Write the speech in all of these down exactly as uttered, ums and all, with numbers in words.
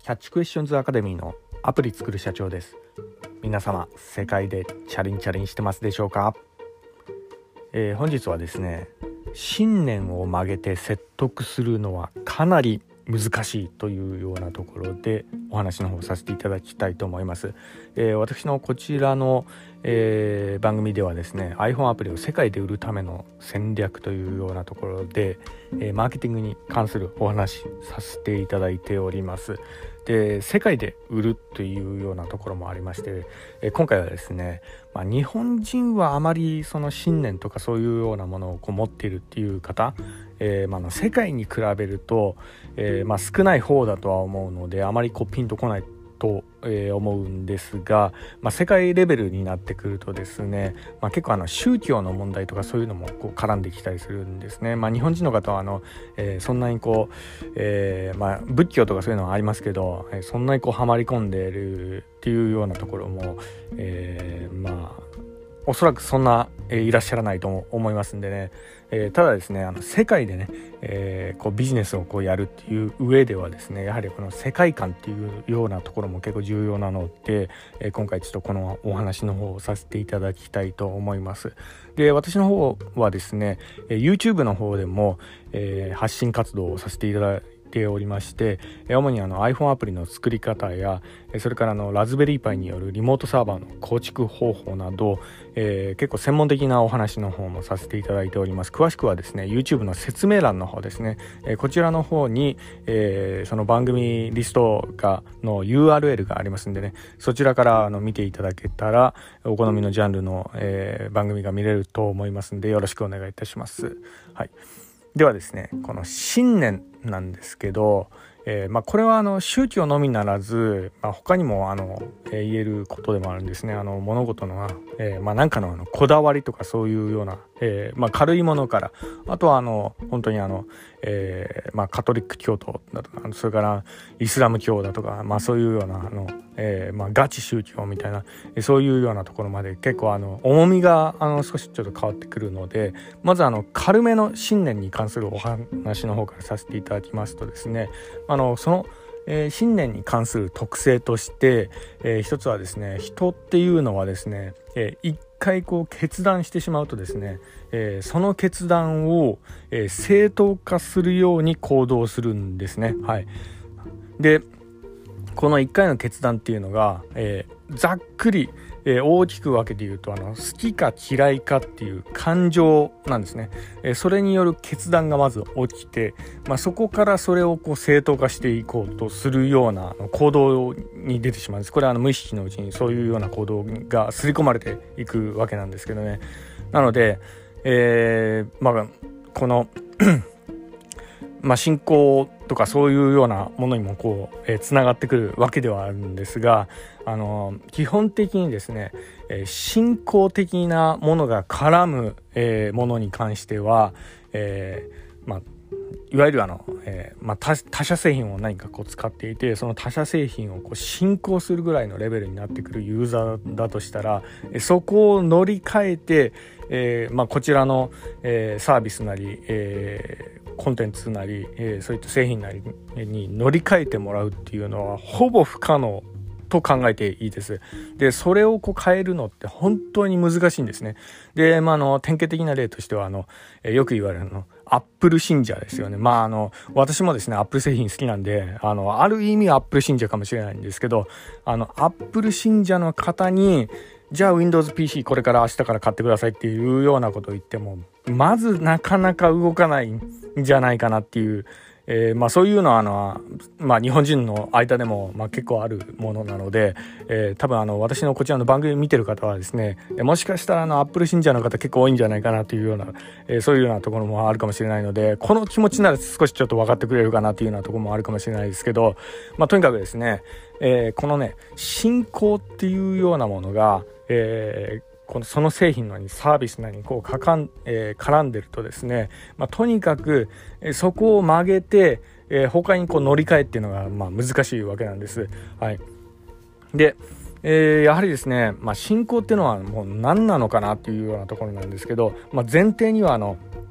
キャッチクエスチョンズアカデミーのアプリ作る社長です。皆様世界でチャリンチャリンしてますでしょうか。えー、本日はですね、信念を曲げて説得するのはかなり難しいというようなところでお話の方させていただきたいと思います。えー、私のこちらの、えー、番組ではですね iPhone アプリを世界で売るための戦略というようなところで、えー、マーケティングに関するお話させていただいております。で、世界で売るというようなところもありまして、えー、今回はですね、まあ、日本人はあまりその信念とかそういうようなものをこう持っているっていう方、えーまあ、の世界に比べると、えーまあ、少ない方だとは思うのであまりこうピンとこないと、えー、思うんですが、まあ、世界レベルになってくるとですね、まあ、結構あの宗教の問題とかそういうのもこう絡んできたりするんですね。まあ、日本人の方はあの、えー、そんなにこう、えーまあ、仏教とかそういうのはありますけど、えー、そんなにこうはまり込んでいるっていうようなところも、えー、まあおそらくそんな、えー、いらっしゃらないと思いますんでね、えー、ただですねあの世界でね、えー、こうビジネスをこうやるっていう上ではですね、やはりこの世界観っていうようなところも結構重要なので、えー、今回ちょっとこのお話の方をさせていただきたいと思います。で、私の方はですね、えー、YouTube の方でも、えー、発信活動をさせていただいてておりまして、主にあの iPhone アプリの作り方やそれからあのラズベリーパイによるリモートサーバーの構築方法など、えー、結構専門的なお話の方もさせていただいております。詳しくはですね YouTube の説明欄の方ですね、えー、こちらの方に、えー、その番組リストがの ユーアールエル がありますんでね、そちらからあの見ていただけたらお好みのジャンルの、えー、番組が見れると思いますんで、よろしくお願いいたします。はい、ではですね、この信念なんですけど、えーまあ、これはあの宗教のみならず、まあ、他にもあの、えー、言えることでもあるんですね。あの物事の、えーまあ、なんかの、あのこだわりとかそういうような、えーまあ、軽いものから、あとはあの本当にあの、えーまあ、カトリック教徒だとか、それからイスラム教だとか、まあ、そういうようなあの、えーまあ、ガチ宗教みたいな、そういうようなところまで結構あの重みがあの少しちょっと変わってくるので、まずあの軽めの信念に関するお話の方からさせていただきますとですね、あのその、えー、信念に関する特性として、えー、一つはですね、人っていうのはですね、えー、一回こう決断してしまうとですね、えー、その決断を、えー、正当化するように行動するんですね。はい。で、このいっかいの決断っていうのが、えー、ざっくり、えー、大きく分けて言うとあの好きか嫌いかっていう感情なんですね。えー、それによる決断がまず起きて、まあ、そこからそれをこう正当化していこうとするような行動に出てしまうんです。これはあの無意識のうちにそういうような行動が刷り込まれていくわけなんですけどね。なので、えー、まあこのまあ、信仰とかそういうようなものにもこう、えー、つながってくるわけではあるんですが、あのー、基本的にですね、えー、信仰的なものが絡む、えー、ものに関しては、えーまあ、いわゆるあの、えーまあ、他, 他社製品を何かこう使っていて、その他社製品をこう信仰するぐらいのレベルになってくるユーザーだとしたら、そこを乗り換えて、えーまあ、こちらの、えー、サービスなり、えーコンテンツなり、えー、そういった製品なりに乗り換えてもらうっていうのはほぼ不可能と考えていいです。で、それをこう変えるのって本当に難しいんですね。で、まあ、あの典型的な例としてはあの、えー、よく言われるのアップル信者ですよね。まああの私もですねアップル製品好きなんで、あのある意味アップル信者かもしれないんですけど、あのアップル信者の方にじゃあ Windows ピーシー これから明日から買ってくださいっていうようなことを言ってもまずなかなか動かないんじゃないかなっていう、えー、まあそういうのはあの、まあ、日本人の間でもまあ結構あるものなので、えー、多分あの私のこちらの番組見てる方はですね、もしかしたらあのアップル信者の方結構多いんじゃないかなというような、えー、そういうようなところもあるかもしれないので、この気持ちなら少しちょっと分かってくれるかなというようなところもあるかもしれないですけど、まあとにかくですね、えー、このね信仰っていうようなものが、えーこのその製品のにサービスなりにこうかかん、えー、絡んでるとですね、まあ、とにかく、えー、そこを曲げて、えー、他にこう乗り換えっていうのが、まあ、難しいわけなんです。はい。で、えー、やはりですね、まあ、信仰っていうのはもう何なのかなっていうようなところなんですけど、まあ、前提にはあの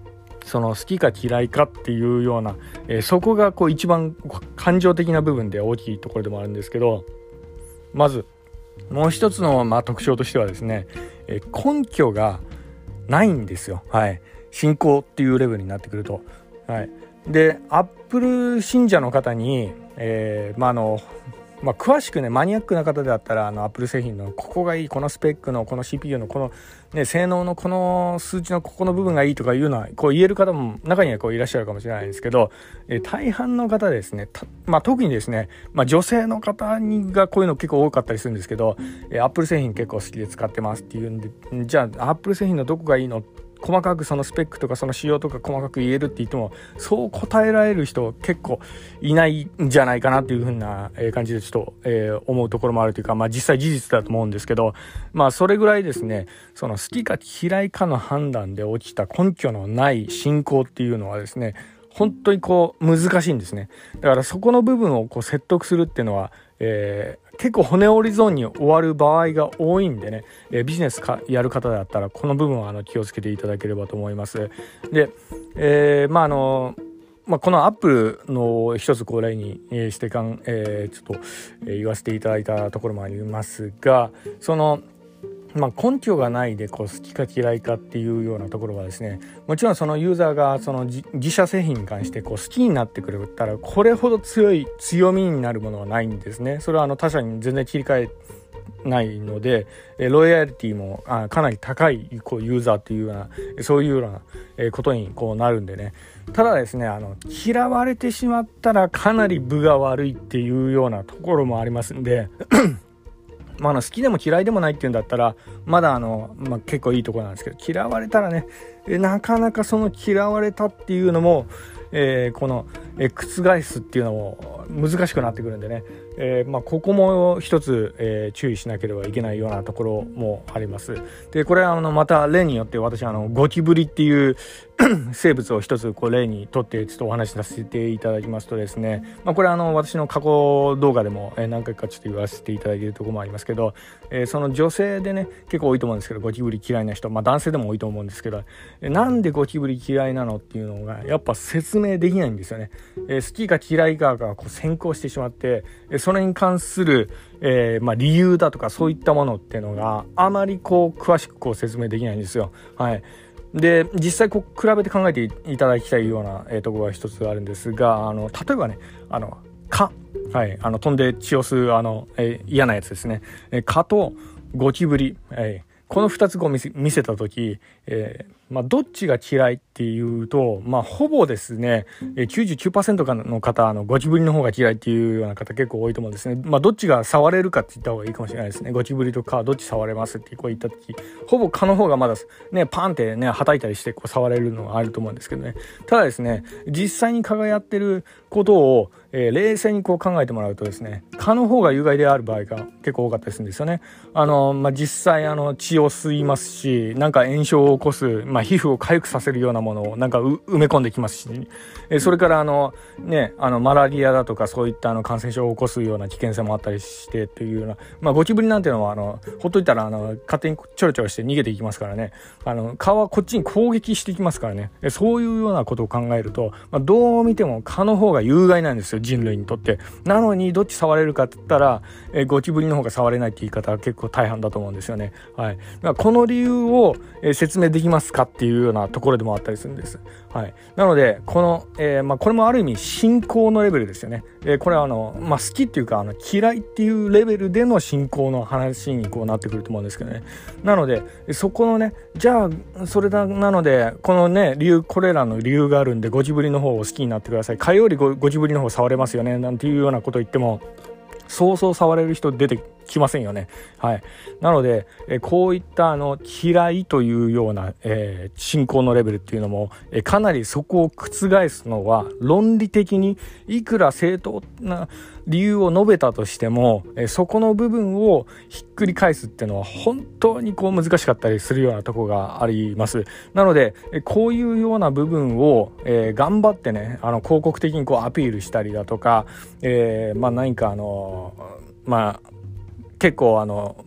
その好きか嫌いかっていうような、えー、そこがこう一番感情的な部分で大きいところでもあるんですけど、まずもう一つのまあ特徴としてはですね、えー、根拠がないんですよ。はい、信仰っていうレベルになってくると、はい、でアップル信者の方に、えー、まああのまあ、詳しくねマニアックな方であったらあのアップル製品のここがいい、このスペックのこの シーピーユー のこの、ね、性能のこの数値のここの部分がいいとかいうのはこう言える方も中にはこういらっしゃるかもしれないんですけど、え大半の方ですね、まあ、特にですね、まあ、女性の方にがこういうの結構多かったりするんですけど、えアップル製品結構好きで使ってますっていうんで、じゃあアップル製品のどこがいいの、細かくそのスペックとかその仕様とか細かく言えるって言ってもそう答えられる人結構いないんじゃないかなっていう風な感じでちょっと、えー、思うところもあるというか、まあ実際事実だと思うんですけど、まあそれぐらいですね、その好きか嫌いかの判断で起きた根拠のない信仰っていうのはですね、本当にこう難しいんですね。だからそこの部分をこう説得するっていうのは、えー、結構骨折りゾーンに終わる場合が多いんでね、えー、ビジネスかやる方だったらこの部分はあの気をつけていただければと思います。で、えー、まああのまあ、このアップルの一つこう例にしてかん、えー、ちょっと言わせていただいたところもありますが、そのまあ、根拠がないでこう好きか嫌いかっていうようなところはですね、もちろんそのユーザーがその自社製品に関してこう好きになってくれたらこれほど強い強みになるものはないんですね。それはあの他社に全然切り替えないので、ロイヤリティもあかなり高いこうユーザーっていうようなそういうようなことにこうなるんでね。ただですね、あの嫌われてしまったらかなり分が悪いっていうようなところもありますんでまあ、あの好きでも嫌いでもないっていうんだったらまだあの、まあ、結構いいところなんですけど、嫌われたらね、なかなかその嫌われたっていうのも、えー、この、えー、覆すっていうのも難しくなってくるんでね、えーまあ、ここも一つ、えー、注意しなければいけないようなところもあります。でこれはあのまた例によって私あのゴキブリっていう生物を一つこう例にとってちょっとお話しさせていただきますとですね、まあ、これはあの私の過去動画でも何回かちょっと言わせていただいているところもありますけど、えー、その女性でね結構多いと思うんですけどゴキブリ嫌いな人、まあ、男性でも多いと思うんですけど、えー、なんでゴキブリ嫌いなのっていうのがやっぱ説明できないんですよね。えー、好きか嫌いかがこう先行してしまって、えー、それに関する、えーまあ、理由だとかそういったものっていうのがあまりこう詳しくこう説明できないんですよ。はい。で実際こう比べて考えていただきたいような、えー、ところが一つあるんですが、あの例えばねあの蚊、はい、あの飛んで血を吸うあの、えー、嫌なやつですね、えー、蚊とゴキブリ、えー、このふたつを見せ、見せた時、えーまあ、どっちが嫌いっていうと、まあ、ほぼですね きゅうじゅうきゅうパーセント の方あのゴキブリの方が嫌いっていうような方結構多いと思うんですね。まあ、どっちが触れるかって言った方がいいかもしれないですね。ゴキブリと蚊どっち触れますってこう言った時ほぼ蚊の方がまだねパンってね叩いたりしてこう触れるのがあると思うんですけどね。ただですね実際に蚊がやってることを、えー、冷静にこう考えてもらうとですね蚊の方が有害である場合が結構多かったりするんですよね。あの、まあ、実際あの血を吸いますしなんか炎症を起こす、まあ、皮膚を痒くさせるようなものをなんか埋め込んできますし、えー、それからあのねあのマラリアだとかそういったあの感染症を起こすような危険性もあったりしてというような、まあ、ゴキブリなんていうのはあのほっといたらあの勝手にちょろちょろして逃げていきますからね。あの蚊はこっちに攻撃してきますからね。えそういうようなことを考えると、まあ、どう見ても蚊の方が有害なんですよ人類にとって。なのにどっち触れるかって言ったら、えゴキブリの方が触れないって言い方は結構大半だと思うんですよね。はい。だからこの理由を、え説明できますかっていうようなところでもあったりするんです。はい。なのでこの、えー、まあこれもある意味信仰のレベルですよね。えー、これはあのまあ好きっていうかあの嫌いっていうレベルでの信仰の話にこうなってくると思うんですけどね。なのでそこのねじゃあそれだなのでこのね理由これらの理由があるんでゴキブリの方を好きになってください。蚊より ゴ, ゴキブリの方触れますよねなんていうようなことを言ってもそうそう触れる人出てきませんよね。はい。なので、えこういったあの嫌いというような、えー、信仰のレベルっていうのも、えかなりそこを覆すのは論理的にいくら正当な理由を述べたとしても、えそこの部分をひっくり返すっていうのは本当にこう難しかったりするようなところがあります。なので、えこういうような部分を、えー、頑張ってねあの広告的にこうアピールしたりだとか、えー、まあ何かあのまあ結構あの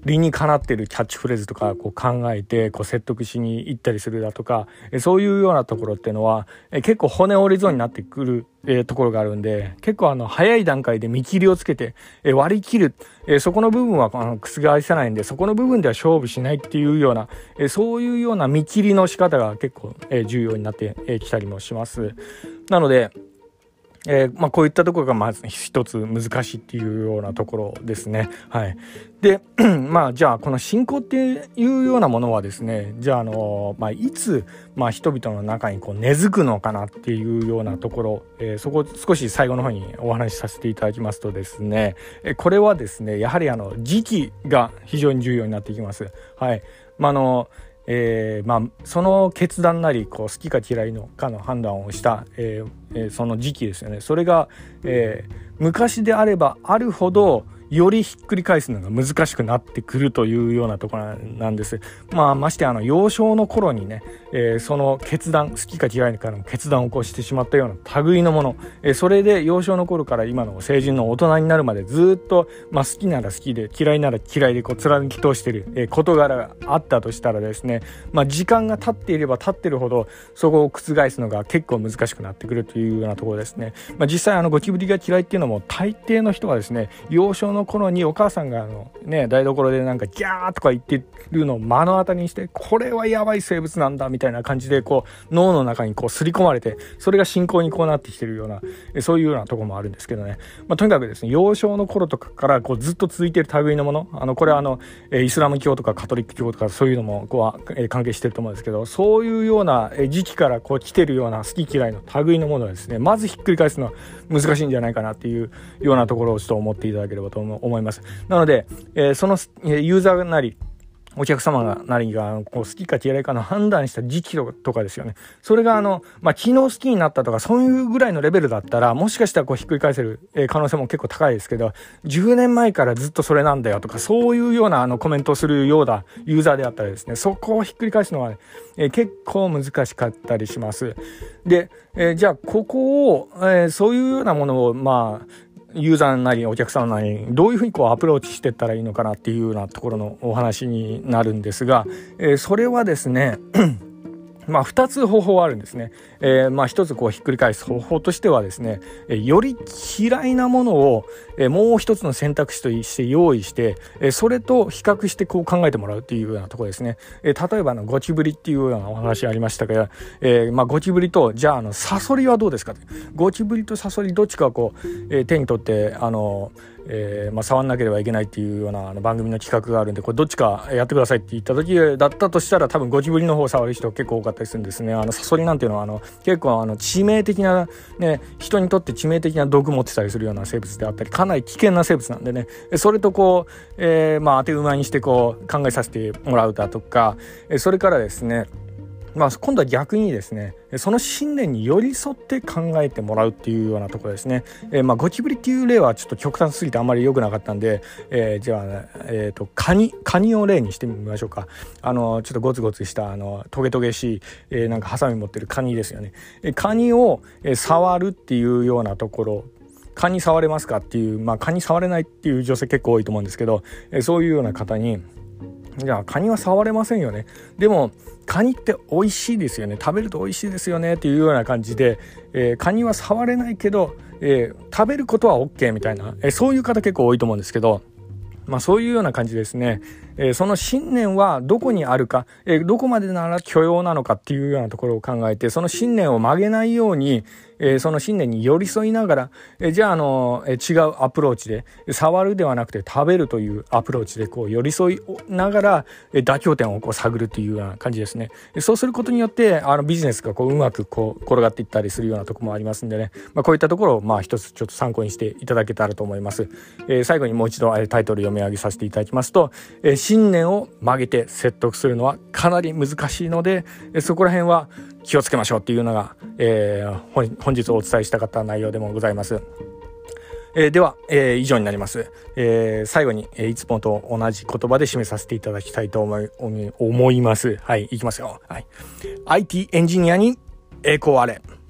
理にかなっているキャッチフレーズとかこう考えてこう説得しに行ったりするだとか、そういうようなところっていうのは結構骨折りそうになってくるところがあるんで、結構あの早い段階で見切りをつけて割り切る、そこの部分はあの覆せないんで、そこの部分では勝負しないっていうような、そういうような見切りの仕方が結構重要になってきたりもします。なのでえーまあ、こういったところがまず一つ難しいっていうようなところですね。はい。で、まあじゃあこの信仰っていうようなものはですね、じゃああのまあいつまあ人々の中にこう根付くのかなっていうようなところ、えー、そこ少し最後の方にお話しさせていただきますとですね、えこれはですねやはりあの時期が非常に重要になってきます。はい。まああのえーまあ、その決断なりこう好きか嫌いのかの判断をした、えーえー、その時期ですよね。それが、えー、昔であればあるほどよりひっくり返すのが難しくなってくるというようなところなんです。まあましてあの幼少の頃にね、えー、その決断好きか嫌いかの決断をこうしてしまったような類のもの、えー、それで幼少の頃から今の成人の大人になるまでずっと、まあ、好きなら好きで嫌いなら嫌いでこう貫き通している、えー、事柄があったとしたらですね、まあ、時間が経っていれば経っているほどそこを覆すのが結構難しくなってくるというようなところですね。まあ、実際あのゴキブリが嫌いっていうのも大抵の人はですね、幼少の頃にお母さんがあの、ね、台所でなんかギャーとか言ってるのを目の当たりにして、これはやばい生物なんだみたいな感じでこう脳の中にこう刷り込まれて、それが信仰にこうなってきてるような、そういうようなところもあるんですけどね。まあ、とにかくですね、幼少の頃とかからこうずっと続いている類のもの、あのこれはあのイスラム教とかカトリック教とかそういうのもこう関係してると思うんですけど、そういうような時期からこう来てるような好き嫌いの類のものはですね、まずひっくり返すのは難しいんじゃないかなっていうようなところをちょっと思っていただければと思います。なので、えー、そのユーザーなりお客様がなりがこう好きか嫌いかの判断した時期とかですよね。それがあの、まあ、昨日好きになったとかそういうぐらいのレベルだったらもしかしたらこうひっくり返せる可能性も結構高いですけど、じゅうねんまえからずっとそれなんだよとかそういうようなあのコメントをするようなユーザーであったらですね、そこをひっくり返すのは、ね、えー、結構難しかったりします。で、えー、じゃあここを、えー、そういうようなものをまあユーザーなりお客さんなりどういうふうにこうアプローチしていったらいいのかなっていうようなところのお話になるんですが、えー、それはですねまあ二つ方法あるんですね。えー、まあ一つこうひっくり返す方法としてはですね、えー、より嫌いなものを、えー、もう一つの選択肢として用意して、えー、それと比較してこう考えてもらうっていうようなところですね。えー、例えばのゴキブリっていうようなお話ありましたけど、えー、まあゴキブリとじゃああのサソリはどうですか。ゴキブリとサソリどっちかこう、えー、手に取ってあのえーまあ、触んなければいけないっていうようなあの番組の企画があるんで、これどっちかやってくださいって言った時だったとしたら多分ゴキブリの方を触る人結構多かったりするんですね。あのサソリなんていうのはあの結構あの致命的な、ね、人にとって致命的な毒持ってたりするような生物であったり、かなり危険な生物なんでね、それとこう、えーまあ、当て馬にしてこう考えさせてもらうだとか、それからですね、まあ、今度は逆にですね、その信念に寄り添って考えてもらうっていうようなところですね。えー、まあゴキブリっていう例はちょっと極端すぎてあんまり良くなかったんで、えー、じゃあ、ね、えっとカニカニを例にしてみましょうか。あのちょっとゴツゴツしたあのトゲトゲしい、えー、なんかハサミ持ってるカニですよね。えー、カニを、えー、触るっていうようなところ。カニ触れますかっていう、まあカニ触れないっていう女性結構多いと思うんですけど、えー、そういうような方に。じゃあカニは触れませんよね。でもカニって美味しいですよね。食べると美味しいですよねっていうような感じで、えー、カニは触れないけど、えー、食べることは OK みたいな、えー、そういう方結構多いと思うんですけど、まあそういうような感じですね。えー、その信念はどこにあるか、えー、どこまでなら許容なのかっていうようなところを考えて、その信念を曲げないように、えー、その信念に寄り添いながら、えー、じゃあ、あの、えー、違うアプローチで、触るではなくて食べるというアプローチでこう寄り添いながら、えー、妥協点をこう探るっていうような感じですね。そうすることによって、あのビジネスがこううまくこう転がっていったりするようなところもありますんでね、まあ、こういったところをまあ一つちょっと参考にしていただけたらと思います。えー、最後にもう一度タイトル読み上げさせていただきますと、えー、信念を曲げて説得するのはかなり難しいので、えー、そこら辺は気をつけましょうっていうのが、えー、本日お伝えしたかった内容でもございます。えー、では、えー、以上になります。えー、最後に、えー、いつもと同じ言葉で締めさせていただきたいと思い、思います。はい、いきますよ。はい。アイティー エンジニアに栄光あれ。